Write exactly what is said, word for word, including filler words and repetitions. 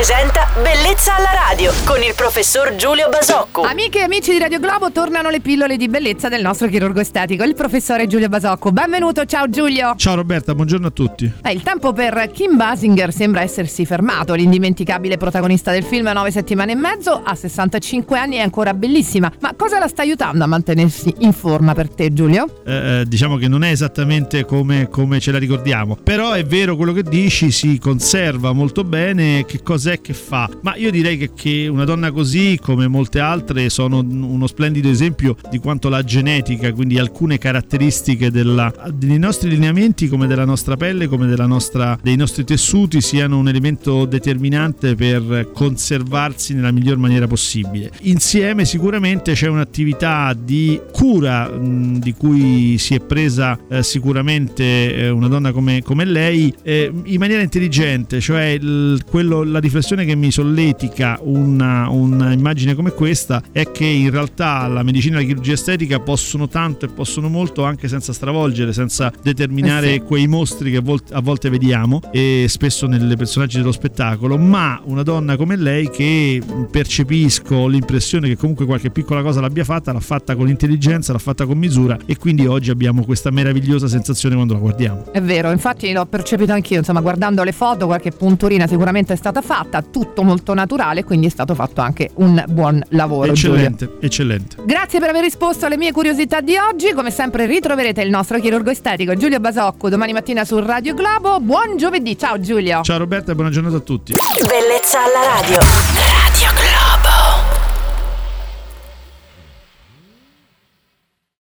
presenta Bellezza alla radio con il professor Giulio Basocco. Amiche e amici di Radio Globo, tornano le pillole di bellezza del nostro chirurgo estetico, il professore Giulio Basocco. Benvenuto, ciao Giulio. Ciao Roberta, buongiorno a tutti. Eh, il tempo per Kim Basinger sembra essersi fermato. L'indimenticabile protagonista del film Nove settimane e mezzo ha sessantacinque anni e è ancora bellissima. Ma cosa la sta aiutando a mantenersi in forma per te, Giulio? Eh, diciamo che non è esattamente come, come ce la ricordiamo, però è vero quello che dici, si conserva molto bene. Che cos'è che fa? Ma io direi che, che una donna così, come molte altre, sono uno splendido esempio di quanto la genetica, quindi alcune caratteristiche della, dei nostri lineamenti, come della nostra pelle, come della nostra, dei nostri tessuti, siano un elemento determinante per conservarsi nella miglior maniera possibile. Insieme sicuramente c'è un'attività di cura mh, di cui si è presa eh, sicuramente eh, una donna come, come lei eh, in maniera intelligente, cioè il, quello, la riflessione che mi solletica una, un'immagine come questa è che in realtà la medicina e la chirurgia estetica possono tanto e possono molto anche senza stravolgere, senza determinare eh sì. quei mostri che a volte, a volte vediamo e spesso nelle personaggi dello spettacolo, ma una donna come lei, che percepisco l'impressione che comunque qualche piccola cosa l'abbia fatta, l'ha fatta con intelligenza, l'ha fatta con misura, e quindi oggi abbiamo questa meravigliosa sensazione quando la guardiamo. È vero, infatti l'ho percepito anch'io, insomma, guardando le foto qualche punturina sicuramente è stata fatta, tutto molto naturale, quindi è stato fatto anche un buon lavoro. Eccellente, Giulio. eccellente. Grazie per aver risposto alle mie curiosità di oggi. Come sempre ritroverete il nostro chirurgo estetico Giulio Basocco domani mattina su Radio Globo. Buon giovedì, ciao Giulio. Ciao Roberta e buona giornata a tutti. Bellezza alla radio.